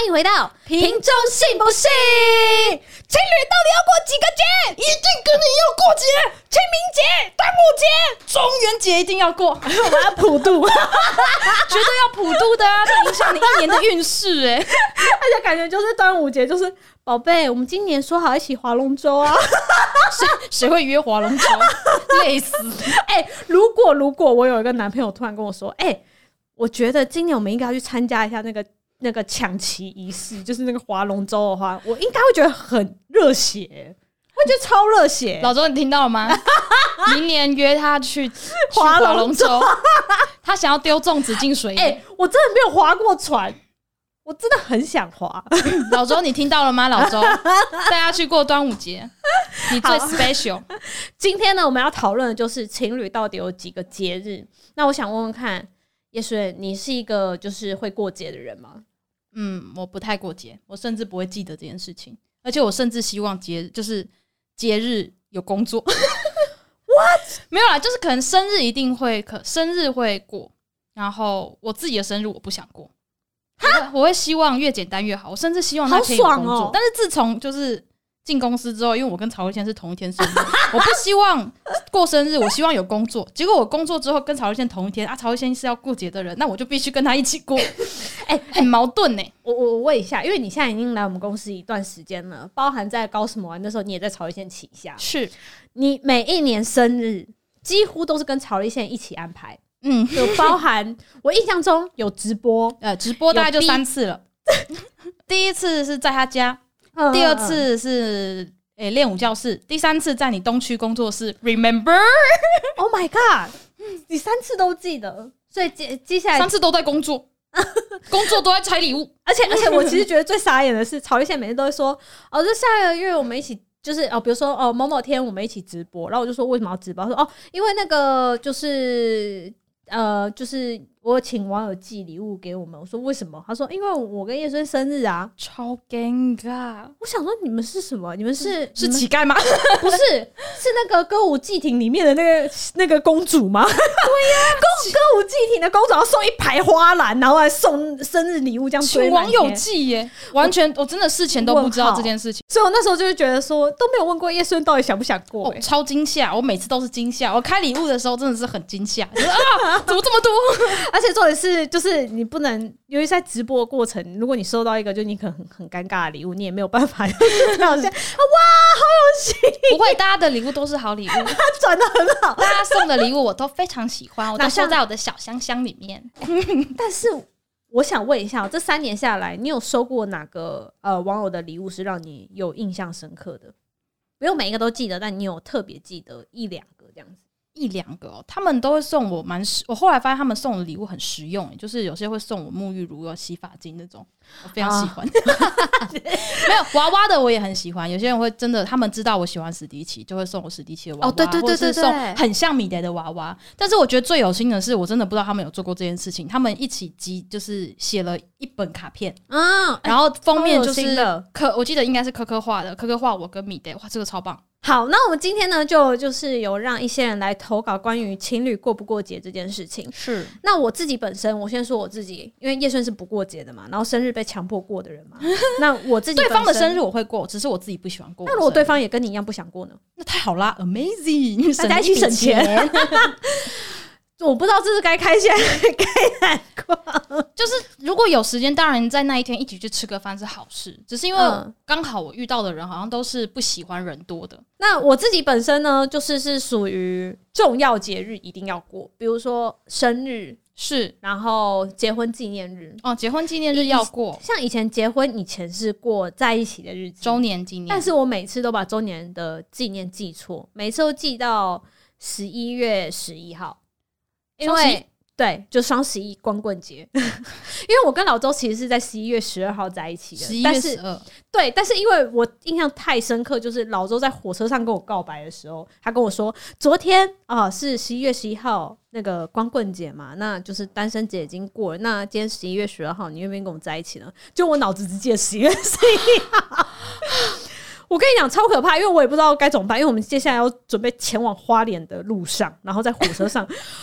迎回到屏中信不信？情侣到底要过几个节？ 一定跟你要过节， 清明节、端午节、 中元节一定要过， 我们要普渡， 绝对要普渡的啊！这影响你一年的运势而且感觉就是端午节，就是宝贝，我们今年说好一起划龙舟啊！ 谁会约划龙舟？累死！ 如果我有一个男朋友突然跟我说，我觉得今年我们应该要去参加一下那个抢旗仪式，就是那个划龙舟的话，我应该会觉得很热血，会觉得超热血。 老周，你听到了吗？明年约他去划龙舟，他想要丢粽子进水里。 我真的没有划过船，我真的很想划。 老周，你听到了吗？老周，带他去过端午节，你最 special。 今天呢，我们要讨论的就是情侣到底有几个节日。那我想问问看，叶璇，你是一个就是会过节的人吗？ 我不太过节，我甚至不会记得这件事情，而且我甚至希望节日有工作。What？ 没有啦，就是可能生日一定会，生日会过，然后我自己的生日我不想过，我会希望越简单越好。我甚至希望他可以有工作，但是自从就是进公司之后，因为我跟曹慧倩是同一天生日，我不希望过生日，我希望有工作。结果我工作之后跟曹慧倩同一天啊，曹慧倩是要过节的人，那我就必须跟他一起过，很矛盾欸。 我问一下，因为你现在已经来我们公司一段时间了，包含在搞什么玩的时候，你也在曹慧倩旗下。 是你每一年生日几乎都是跟曹慧倩一起安排，有包含我印象中有直播， 直播大概就3次了。第一次是在他家。第二次是练舞教室，第三次在你东区工作室 Remember Oh my god 你3次都记得，所以接下来 3次都在工作工作都在拆礼物。 而且我其实觉得最傻眼的是曹慧倩每次都会说就下个月我们一起就是比如说某某天我们一起直播，然后我就说为什么要直播，他说因为那个就是我请网友寄礼物给我们，我说为什么？他说因为我跟叶璇生日啊， 超尴尬。我想说你们是什么？你们是乞丐吗？ 不是，是那个歌舞伎町里面的那个公主吗？对呀，歌舞伎町的公主要送一排花篮，然后来送生日礼物，这样请网友寄耶，完全我真的事前都不知道这件事情， 所以我那时候就会觉得说都没有问过叶璇到底想不想过， 超惊吓！我每次都是惊吓，我开礼物的时候真的是很惊吓，就是怎么这么多？ 而且重点是，就是你不能，尤其在直播的过程，如果你收到一个就你可能很尴尬的礼物，你也没有办法表现。哇，好有心！ 不会，大家的礼物都是好礼物， 他转得很好， 大家送的礼物我都非常喜欢，我都收在我的小箱箱里面。 但是我想问一下，这3年下来，你有收过哪个网友的礼物是让你有印象深刻的？不用每一个都记得，但你有特别记得1-2个这样子。 1-2个他们都会送我我后来发现他们送的礼物很实用，就是有些会送我沐浴乳、有洗发精那种，我非常喜欢。没有娃娃的我也很喜欢，有些人会真的，他们知道我喜欢史迪奇，就会送我史迪奇的娃娃， 对， 或者是送很像米德的娃娃。但是我觉得最有心的是，我真的不知道他们有做过这件事情，他们一起就是写了一本卡片，然后封面就是我记得应该是科科画的，科科画我跟米德，哇，这个超棒。 好，那我们今天呢，就是有让一些人来投稿关于情侣过不过节这件事情。 是， 那我自己本身，我先说我自己，因为叶璇是不过节的嘛，然后生日被强迫过的人嘛。那我自己对方的生日我会过，只是我自己不喜欢过。 那如果对方也跟你一样不想过呢？ 那太好啦 ，Amazing， 大家一起省钱。我不知道这是该开心还是该难过。 就是如果有时间，当然在那一天一起去吃个饭是好事，只是因为刚好我遇到的人好像都是不喜欢人多的。 那我自己本身呢，是属于重要节日一定要过，比如说生日是， 然后结婚纪念日结婚纪念日要过。 像以前结婚以前是过在一起的日子， 周年纪念， 但是我每次都把周年的纪念记错，每次都记到11月11号。因为对，就双11光棍节，因为我跟老周其实是在11月12号在一起的 ，11月12。 对，但是因为我印象太深刻，就是老周在火车上跟我告白的时候，他跟我说，昨天是11月11号那个光棍节嘛，那就是单身节已经过了，那今天11月12号，你愿不愿意跟我在一起呢？就我脑子只记得11月11号。我跟你讲超可怕，因为我也不知道该怎么办，因为我们接下来要准备前往花莲的路上，然后在火车上。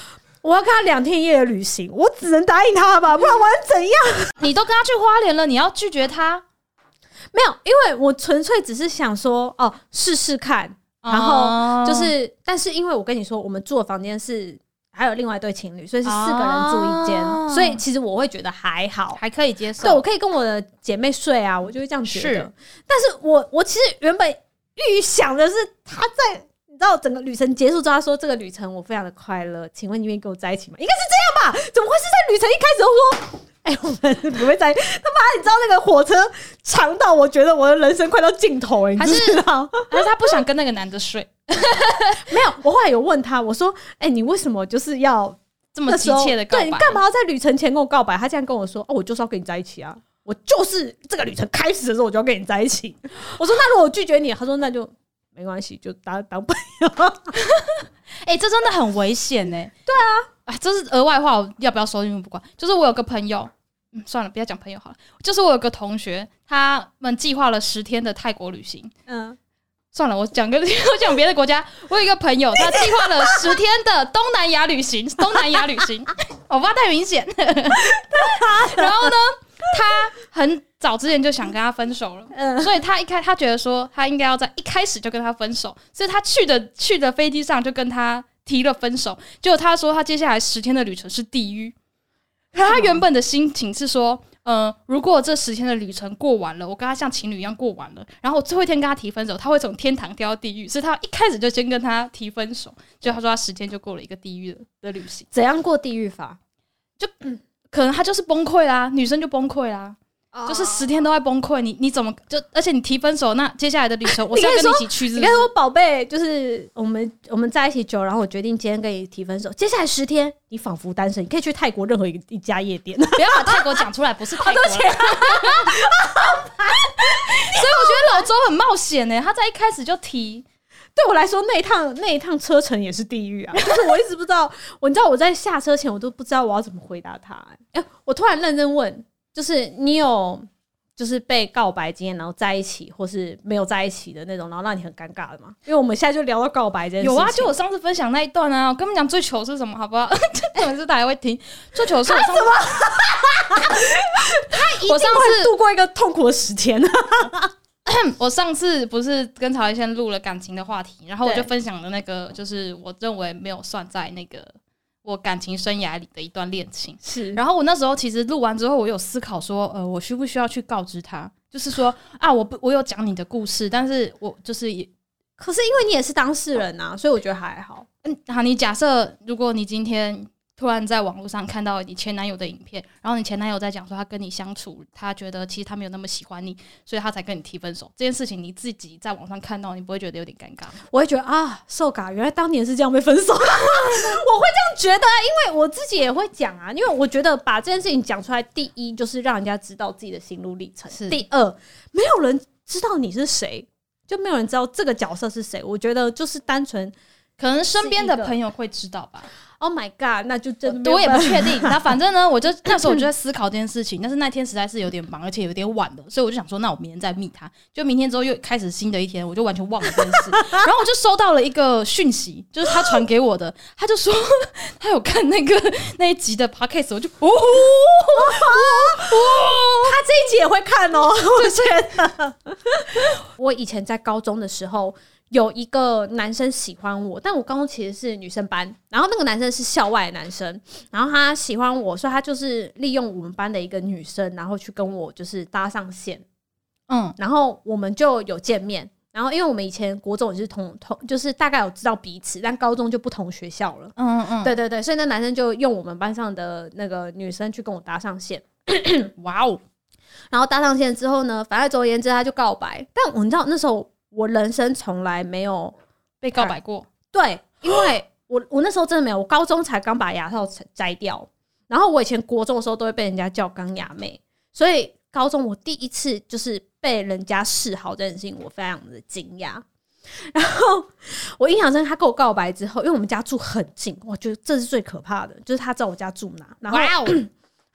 我要跟他2天1夜的旅行，我只能答应他吧，不然我能怎样？ 你都跟他去花莲了，你要拒绝他？ 没有，因为我纯粹只是想说试试看，然后就是，但是因为我跟你说，我们住的房间是还有另外一对情侣，所以是4个人住一间，所以其实我会觉得还好， 还可以接受。 对，我可以跟我的姐妹睡啊，我就会这样觉得。但是我其实原本预想的是他在。你知道整个旅程结束之后，他说这个旅程我非常的快乐，请问你愿意跟我在一起吗？应该是这样吧？怎么会是在旅程一开始就说，我们不会在？他妈，你知道那个火车长到我觉得我的人生快到尽头你知道？ 还是他不想跟那个男的睡？ 没有，我后来有问他，我说，你为什么就是要这么急切的告白？ 对，你干嘛要在旅程前跟我告白？他这样跟我说，我就是要跟你在一起啊，我就是这个旅程开始的时候我就要跟你在一起。我说那如果我拒绝你，他说那就。没关系，就当朋友。 这真的很危险对啊，这是额外话，我要不要收进去不管。就是我有个朋友，算了，不要讲朋友好了。就是我有个同学，他们计划了10天的泰国旅行。算了，我讲别的国家。我有一个朋友，他计划了10天的东南亚旅行。我怕太明显。然后呢，他很早之前就想跟他分手了，所以他觉得说他应该要在一开始就跟他分手，所以他去的飞机上就跟他提了分手。结果他说他接下来10天的旅程是地狱。他原本的心情是说，如果这10天的旅程过完了，我跟他像情侣一样过完了，然后我最后一天跟他提分手，他会从天堂掉到地狱，所以他一开始就先跟他提分手。就他说他10天就过了一个地狱的旅行。 怎样过地狱法？ 就可能他就是崩溃啦，女生就崩溃啦。就是10天都在崩溃，你怎么就？而且你提分手，那接下来的旅程我是要跟你一起去。 你跟说宝贝，就是我们在一起久，然后我决定今天跟你提分手。接下来10天，你仿佛单身，你可以去泰国任何一家夜店。 不要把泰国讲出来，不是泰国。所以我觉得老周很冒险他在一开始就提。 对我来说，那一趟车程也是地狱啊！就是我一直不知道，你知道我在下车前，我都不知道我要怎么回答他。我突然认真问。就是你有就是被告白经验，然后在一起或是没有在一起的那种，然后让你很尴尬的吗？因为我们现在就聊到告白这件事情。 有啊，就我上次分享那一段啊，我跟你们讲最糗是什么，好不好？重点是他还会听。最糗是我上次他一定会度过一个痛苦的10天。 我上次不是跟曹一先录了感情的话题，然后我就分享了那个，就是我认为没有算在那个。我感情生涯里的一段恋情是， 然后我那时候其实录完之后，我有思考说，我需不需要去告知他？就是说啊，我有讲你的故事，但是我就是也， 可是因为你也是当事人啊，所以我觉得还好。 好，你假设如果你今天突然在网络上看到你前男友的影片，然后你前男友在讲说他跟你相处，他觉得其实他没有那么喜欢你，所以他才跟你提分手。这件事情你自己在网上看到，你不会觉得有点尴尬吗？ 我会觉得啊，受嘎，原来当年是这样被分手。我会这样觉得，因为我自己也会讲啊，因为我觉得把这件事情讲出来，第一就是让人家知道自己的心路历程，第二没有人知道你是谁，就没有人知道这个角色是谁。我觉得就是单纯， 可能身边的朋友会知道吧。 Oh my god， 那就真的我也不确定。那反正呢，那时候我就在思考这件事情，但是那天实在是有点忙，而且有点晚了，所以我就想说，那我明天再密他。就明天之后又开始新的一天，我就完全忘了这件事。然后我就收到了一个讯息，就是他传给我的，他就说他有看那一集的 podcast， 我就他这一集也会看哦，我觉得。我以前在高中的时候。有一个男生喜欢我，但我高中其实是女生班，然后那个男生是校外的男生，然后他喜欢我，所以他就是利用我们班的一个女生，然后去跟我就是搭上线，然后我们就有见面，然后因为我们以前国中也是同就是大概有知道彼此，但高中就不同学校了，对对对，所以那男生就用我们班上的那个女生去跟我搭上线， 哇哦！ 然后搭上线之后呢，反正总而言之他就告白，但你知道那时候。我人生从来没有被告白过， 对，因为我那时候真的没有，我高中才刚把牙套摘掉，然后我以前国中的时候都会被人家叫钢牙妹，所以高中我第一次就是被人家示好这件事情，我非常的惊讶。然后我印象深刻，他跟我告白之后，因为我们家住很近，我觉得这是最可怕的，就是他知道我家住哪，然后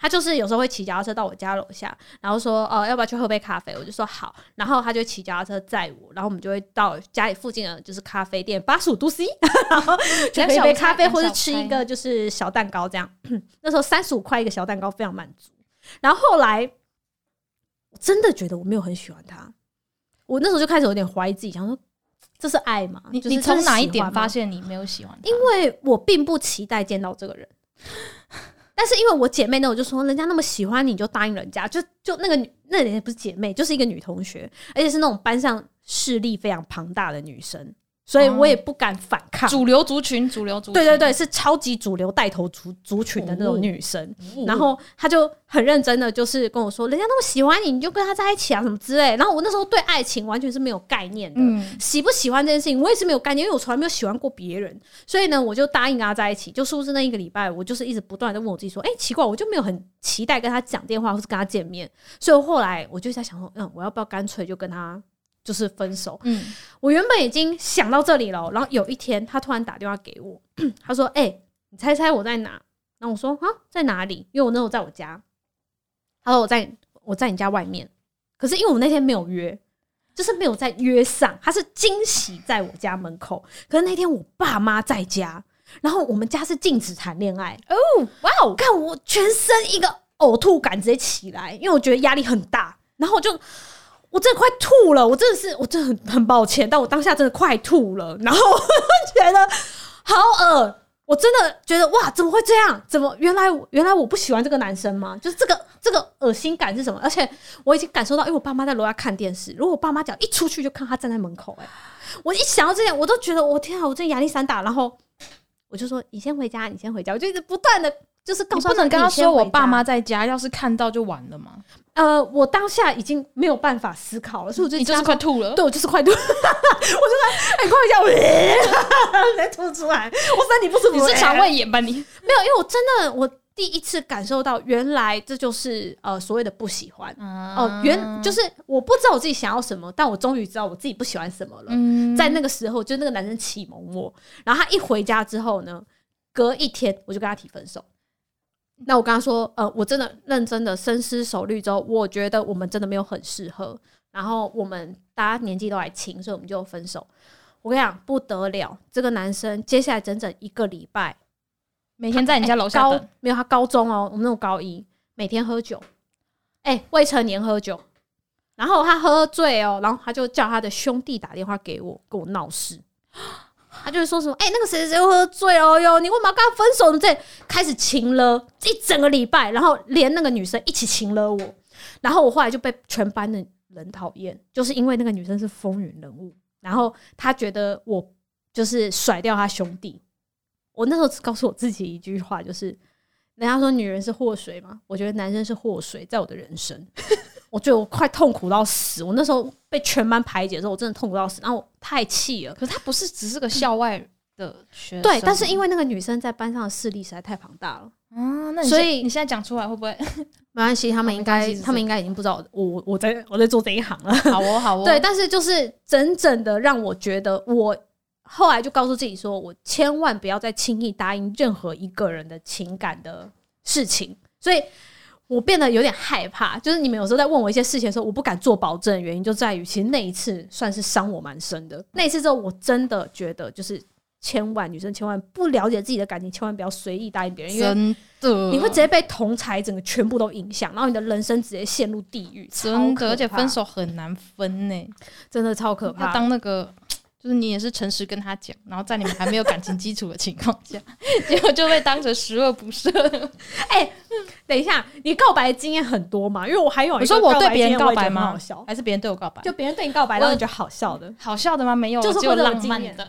他就是有时候会骑脚踏车到我家楼下，然后说要不要去喝杯咖啡，我就说好，然后他就骑脚踏车载我，然后我们就会到家里附近的就是咖啡店85度 C 然后就喝一杯咖啡或者吃一个就是小蛋糕这样那时候35块一个小蛋糕非常满足。然后后来我真的觉得我没有很喜欢他，我那时候就开始有点怀疑自己，想说这是爱吗？ 你从哪一点发现你没有喜欢他？ 因为我并不期待见到这个人但是因为我姐妹呢，我就说人家那么喜欢你就答应人家，就那人不是姐妹，就是一个女同学，而且是那种班上势力非常庞大的女生，所以我也不敢反抗。 主流族群，对对对，是超级主流带头族群的那种女生。然后她就很认真的就是跟我说，人家那么喜欢你，你就跟他在一起啊什么之类。然后我那时候对爱情完全是没有概念的，喜不喜欢这件事情我也是没有概念，因为我从来没有喜欢过别人。所以呢，我就答应跟他在一起。就殊不知那一个礼拜，我就是一直不断的问我自己说，奇怪，我就没有很期待跟他讲电话或是跟他见面。所以后来我就在想说，我要不要干脆就跟他就是分手。我原本已经想到这里了，然后有一天他突然打电话给我他说你猜猜我在哪？然后我说在哪里？因为我那时候在我家。他说我在你家外面，可是因为我那天没有约，就是没有在约上，他是惊喜在我家门口，可是那天我爸妈在家，然后我们家是禁止谈恋爱。哇哦！看我全身一个呕吐感直接起来，因为我觉得压力很大，然后我真的快吐了，我真的很抱歉，但我当下真的快吐了，然后我觉得好恶，我真的觉得哇，怎么会这样？怎么原来我不喜欢这个男生吗？就是这个恶心感是什么？而且我已经感受到，因为我爸妈在楼下看电视，如果我爸妈只要一出去就看他站在门口，我一想到这点，我都觉得我天啊，我真压力山大。然后我就说你先回家，我就一直不断的就是告诉他， 你不能跟他说我爸妈在家，要是看到就完了吗？ 我当下已经没有办法思考了，所以我就你就是快吐了。 对，我就是快吐我就说快回家再吐出来，我身体不舒服。 你是肠胃炎吧？你没有，因为我真的我第一次感受到原来这就是所谓的不喜欢。就是我不知道我自己想要什么，但我终于知道我自己不喜欢什么了。在那个时候就那个男生启蒙我，然后他一回家之后呢，隔一天我就跟他提分手。那我跟他说我真的认真的深思熟虑之后，我觉得我们真的没有很适合，然后我们大家年纪都还轻，所以我们就分手。我跟你讲不得了，这个男生接下来整整1个礼拜每天在你家楼下等。 没有，他高中我们那种高一，每天喝酒，未成年喝酒，然后他喝醉然后他就叫他的兄弟打电话给我，跟我闹事。他就会说什么那个谁谁喝醉了哟，你为什么要跟他分手？这开始情勒一整个礼拜，然后连那个女生一起情勒我，然后我后来就被全班的人讨厌，就是因为那个女生是风云人物，然后他觉得我就是甩掉他兄弟。我那时候只告诉我自己一句话，就是人家说女人是祸水嘛，我觉得男生是祸水在我的人生我觉得我快痛苦到死，我那时候被全班排解的时候我真的痛苦到死，然后我太气了。 可是他不是只是个校外的学生， 对，但是因为那个女生在班上的势力实在太庞大了那所以你现在讲出来会不会没关系，他们应该已经不知道我在做这一行了。 好对，但是就是整整的让我觉得，我后来就告诉自己说，我千万不要再轻易答应任何一个人的情感的事情，所以我变得有点害怕。就是你们有时候在问我一些事情的时候，我不敢做保证的原因就在于，其实那一次算是伤我蛮深的。那一次之后，我真的觉得就是女生千万不了解自己的感情，千万不要随意答应别人，因为你会直接被同侪整个全部都影响，然后你的人生直接陷入地狱。 真的，而且分手很难分呢， 真的超可怕。 要当那个就是你也是诚实跟他讲，然后在你们还没有感情基础的情况下结果就被当成十恶不赦等一下，你告白的经验很多嘛？因为我还有你说我对别人告白吗？还是别人对我告白？ 就别人对你告白让你觉得好笑的。 好笑的吗？没有， 就是只有浪漫的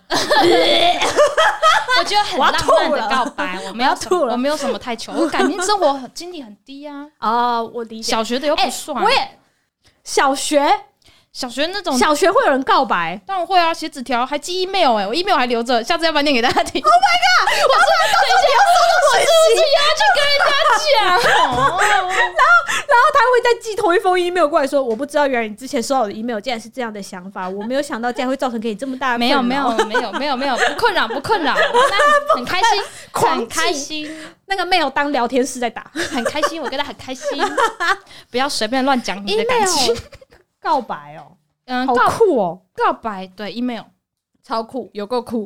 我觉得很浪漫的告白，我没有吐了，我没有什么太糗，我感情生活经历很低啊。 我理解。 小学的又不算， 我也小学小学那种， 小学会有人告白？ 当然会啊，写纸条还寄 email 我 email 还留着，下次要不要念给大家听 ？Oh my god！ 我等一下要收到我要去跟人家讲， 然后他会再寄同一封 email 过来说，我不知道原来你之前收到我的 email 竟然是这样的想法，我没有想到竟然会造成给你这么大的困扰。 没有，不困扰，那很开心，很开心。 那个 mail 当聊天室在打， 很开心，我跟他很开心。不要随便乱讲你的感情。 告白哦，好酷哦！ 告白对 email 超酷，有够酷。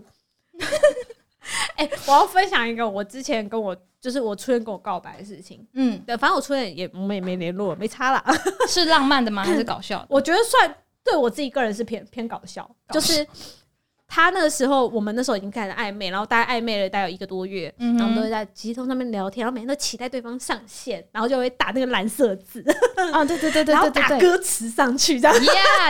我要分享一个我之前就是我初恋跟我告白的事情。对，反正我初恋我们也没联络，没差啦。 是浪漫的吗？还是搞笑的？ 我觉得算对我自己个人是偏搞笑，就是他那个时候，我们那时候已经开始暧昧，然后大概暧昧了大概有1个多月，然后我们都会在即时通上面聊天，然后每天都期待对方上线，然后就会打那个蓝色字啊，对， 然后打歌词上去，这样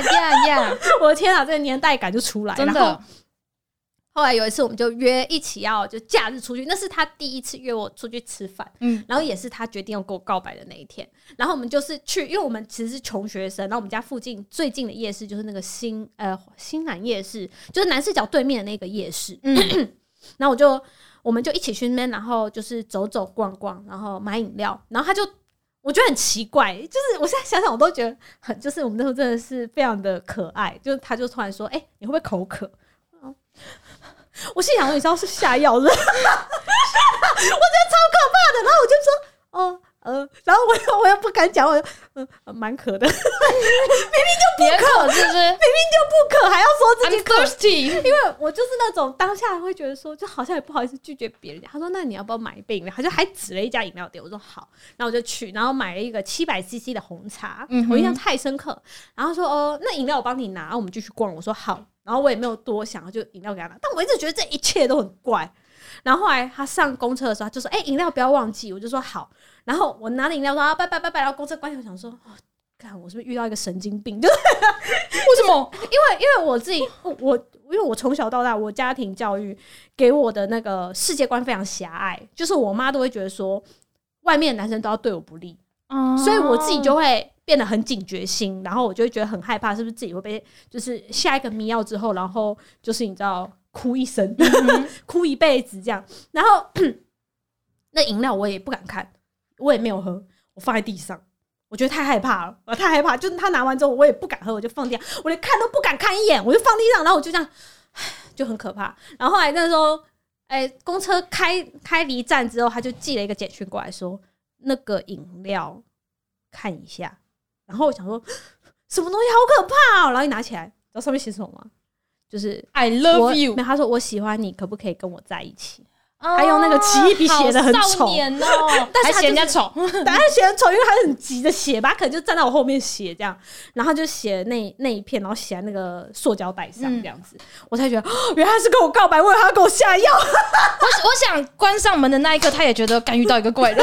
，yeah， 我的天啊，这个年代感就出来， 真的。 然后后来有一次，我们就约一起要就假日出去，那是他第一次约我出去吃饭，然后也是他决定要跟我告白的那一天。然后我们就是去，因为我们其实是穷学生，然后我们家附近最近的夜市就是那个新南夜市，就是南市角对面的那个夜市。然后我们就一起去那边，然后就是走走逛逛，然后买饮料。然后我觉得很奇怪，就是我现在想想我都觉得就是我们那时候真的是非常的可爱。就是他就突然说：“你会不会口渴？”我心想说：“你知道是下药的。”我觉得超可怕的。然后我就说：“然后我又不敢讲，我就蛮渴的。明明就不渴， 是不是？明明就不渴，还要说自己渴 thirsty。 因为我就是那种当下会觉得说，就好像也不好意思拒绝别人。他说：“那你要不要买一杯饮料？”他就还指了一家饮料店。我说：“好。”然后我就去，然后买了一个700cc 的红茶，我印象太深刻。然后说：“那饮料我帮你拿。”然后我们继续逛。我说：“好。”然后我也没有多想，就饮料给他拿。但我一直觉得这一切都很怪。然后后来他上公车的时候，他就说：“饮料不要忘记。”我就说：“好。”然后我拿着饮料说：“拜拜。”然后公车关起，我想说：“看我是不是遇到一个神经病？”就是为什么？ 因为我自己因为我从小到大，我家庭教育给我的那个世界观非常狭隘，就是我妈都会觉得说，外面的男生都要对我不利，所以我自己就会变得很警觉心，然后我就会觉得很害怕，是不是自己会被就是下一个迷药之后，然后就是你知道哭一生，哭一辈子这样。然后那饮料我也不敢看，我也没有喝，我放在地上。我觉得太害怕了，我太害怕，就是他拿完之后我也不敢喝，我就放地上，我连看都不敢看一眼，我就放地上，然后我就这样，就很可怕。然后后来那时候，公车开离站之后，他就寄了一个简讯过来说，那个饮料看一下。然后我想说，什么东西好可怕哦！然后一拿起来，知道上面写什么吗？就是 I love you。 没有，他说我喜欢你，可不可以跟我在一起？他用那个奇异笔写的很丑， 但是还写人家丑， 当然写很丑，因为他很急的写吧，他可能就站在我后面写这样，然后就写那一片，然后写在那个塑胶袋上这样子，我才觉得原来他是跟我告白，为了他跟我下药。 我想关上门的那一刻，他也觉得刚遇到一个怪人。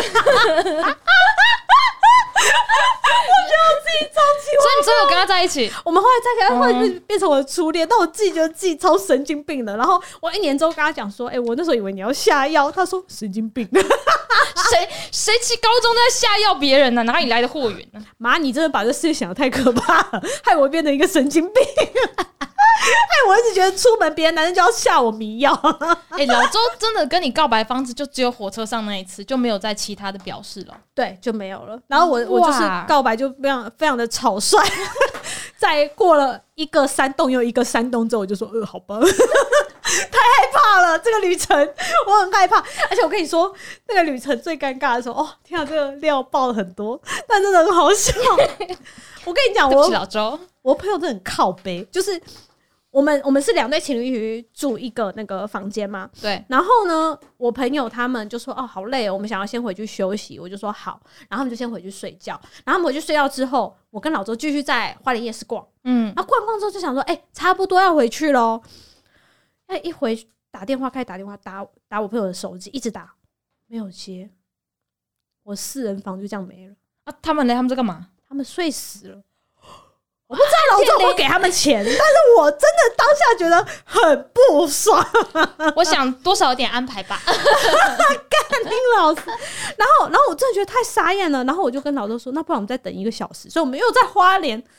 我觉得我自己超奇怪， 所以你最后跟他在一起， 我们后来在一起，他后来就变成我的初恋，但我自己觉得自己超神经病的。然后我1年之后跟他讲说，我那时候以为你要下药，他说神经病。 谁去高中在下药别人呢？哪里来的货源呢？ 妈，你真的把这事情想得太可怕了，害我变成一个神经病。害我一直觉得出门别的男生就要下我迷药。 老周真的跟你告白方式就只有火车上那一次，就没有在其他的表示了。 对，就没有了。然后我就是告白就非常的草率。在过了一个山洞又一个山洞之后，我就说好吧。太害怕了，这个旅程我很害怕。而且我跟你说，那个旅程最尴尬的时候，天啊，这个料爆了很多，但真的很好笑。我跟你讲， 对不起老周， 我朋友真的很靠北，就是我们是2对情侣住一个那个房间嘛， 对。 然后呢，我朋友他们就说好累哦，我们想要先回去休息，我就说好，然后他们就先回去睡觉。然后他们回去睡觉之后，我跟老周继续在花莲夜市逛，然后逛之后就想说，差不多要回去咯。一回打电话开始打电话打我朋友的手机，一直打没有接，我4人房就这样没了啊！他们在干嘛？ 他们睡死了。我不知道老周有没有给他们钱，但是我真的当下觉得很不爽。 我想多少有点安排吧。 干林老师，然后我真的觉得太傻眼了。然后我就跟老周说，那不然我们再等1个小时。所以我们又在花莲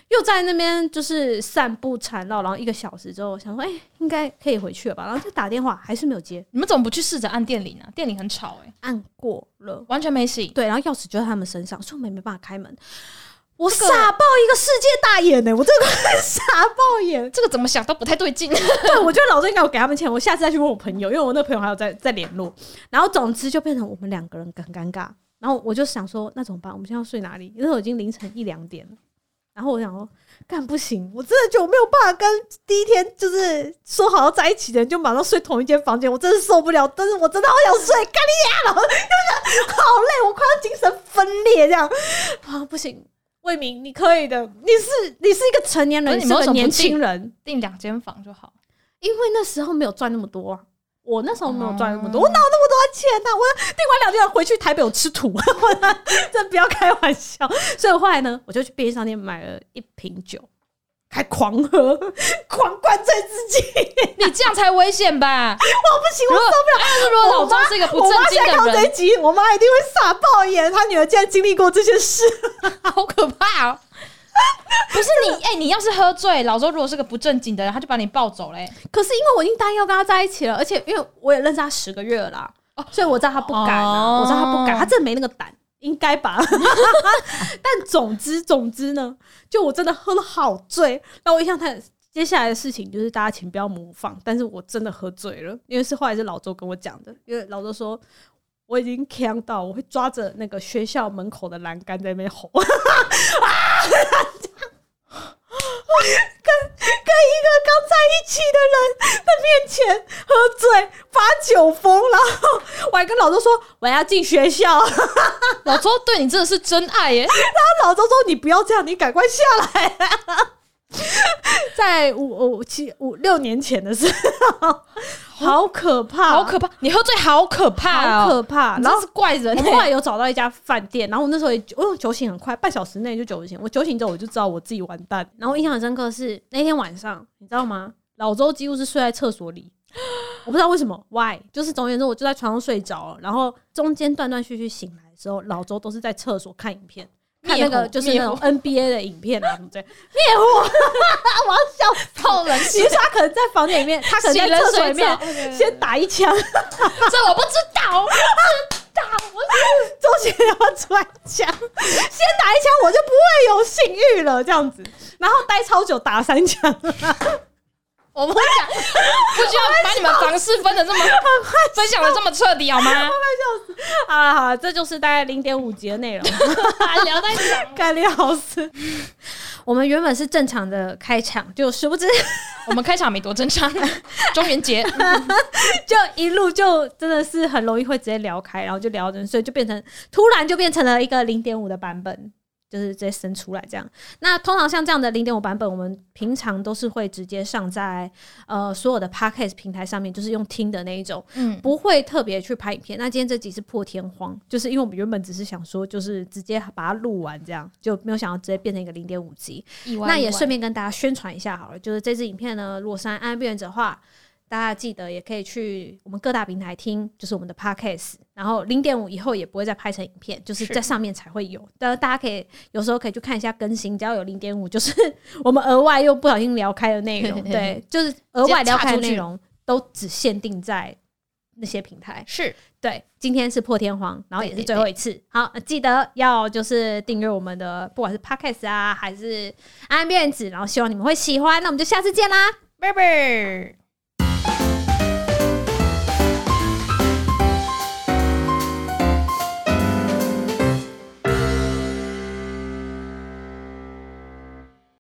又在那边就是散步缠绕，然后1个小时之后想说应该可以回去了吧，然后就打电话还是没有接。 你们怎么不去试着按电铃啊？电铃很吵按过了完全没醒。 对，然后钥匙就在他们身上，所以我们也没办法开门。我傻爆一个世界大眼我真的傻爆眼， 这个怎么想都不太对劲。 对，我觉得老周应该有给他们钱，我下次再去问我朋友，因为我那个朋友还有在联络。然后总之就变成我们2个人很尴尬。然后我就想说，那怎么办？我们现在要睡哪里？那时候已经凌晨1-2点了。然后我想说，干不行，我真的觉得我没有办法跟第一天就是说好要在一起的人就马上睡同一间房间，我真的受不了。但是我真的好想睡，干你呀！然后就觉得好累，我快要精神分裂这样啊，不行。魏明，你可以的，你是一个成年人，你是个年轻人， 订2间房就好。 因为那时候没有赚那么多啊，我那时候没有赚那么多，我哪有那么多钱啊？我订完2间回去台北有吃土，这不要开玩笑。所以后来呢，我就去便利商店买了1瓶酒，还狂喝，狂灌醉自己。 你这样才危险吧？ 我不行，我受不了。 如果老周是一个不正经的人， 我妈现在看这一集，我妈一定会傻爆眼。她女儿竟然经历过这些事， 好可怕哦！不是你，你要是喝醉，老周如果是个不正经的人，他就把你抱走嘞。 可是因为我已经答应要跟他在一起了，而且因为我也认识他10个月了啦，所以我知道他不敢我知道他不敢，他真的没那个胆。应该吧但总之呢，就我真的喝了好醉。那我印象太接下来的事情就是大家请不要模仿，但是我真的喝醉了，因为是后来是老周跟我讲的，因为老周说我已经呛到我会抓着那个学校门口的栏杆在那边吼跟一个刚在一起的人的面前喝醉发酒疯，然后我还跟老周说我要进学校老周对你真的是真爱耶。 然后老周说你不要这样，你赶快下来在5-6年前的时候好可怕， 好可怕！你喝醉好可怕， 好可怕！ 然后是怪人。 我们后来有找到一家饭店，然后我那时候我用酒醒很快，半小时内就酒醒。我酒醒之后我就知道我自己完蛋。然后印象很深刻的是那天晚上，你知道吗？老周几乎是睡在厕所里，我不知道为什么 ，why？ 就是总而言之，我就在床上睡着了，然后中间断断续续醒来的时候，老周都是在厕所看影片。看那个就是那种 NBA 的影片啊什么之类，灭火我要笑透人气。 其实他可能在房间里面，他可能在厕所里面先打1枪这我不知道周杰伦要出来讲，先打1枪我就不会有性欲了这样子，然后待超久打3枪我不会讲，不需要把你们房事分的这么分享的这么彻底好吗？ 笑死！好，这就是大概0.5集的内容， 聊太长， 干练好死。我们原本是正常的开场，就殊不知我们开场没多正常，中元节就一路就真的是很容易会直接聊开，然后就聊人，所以就突然就变成了一个0.5的版本。就是直接生出来这样。那通常像这样的0.5版本，我们平常都是会直接上在所有的 podcast 平台上面，就是用听的那一种，不会特别去拍影片。那今天这集是破天荒，就是因为我们原本只是想说，就是直接把它录完，这样就没有想到直接变成一个0.5集。那也顺便跟大家宣传一下好了，就是这支影片呢，如果是按安边缘者的话，大家记得也可以去我们各大平台听，就是我们的 podcast， 然后0.5以后也不会再拍成影片，就是在上面才会有。大家可以有时候可以去看一下更新，只要有0.5，就是我们额外又不小心聊开的内容，对，就是额外聊开的内容都只限定在那些平台。 是对，今天是破天荒，然后也是最后一次。好，记得要就是订阅我们的，不管是 podcast 啊，还是安边缘子，然后希望你们会喜欢。那我们就下次见啦， 拜拜。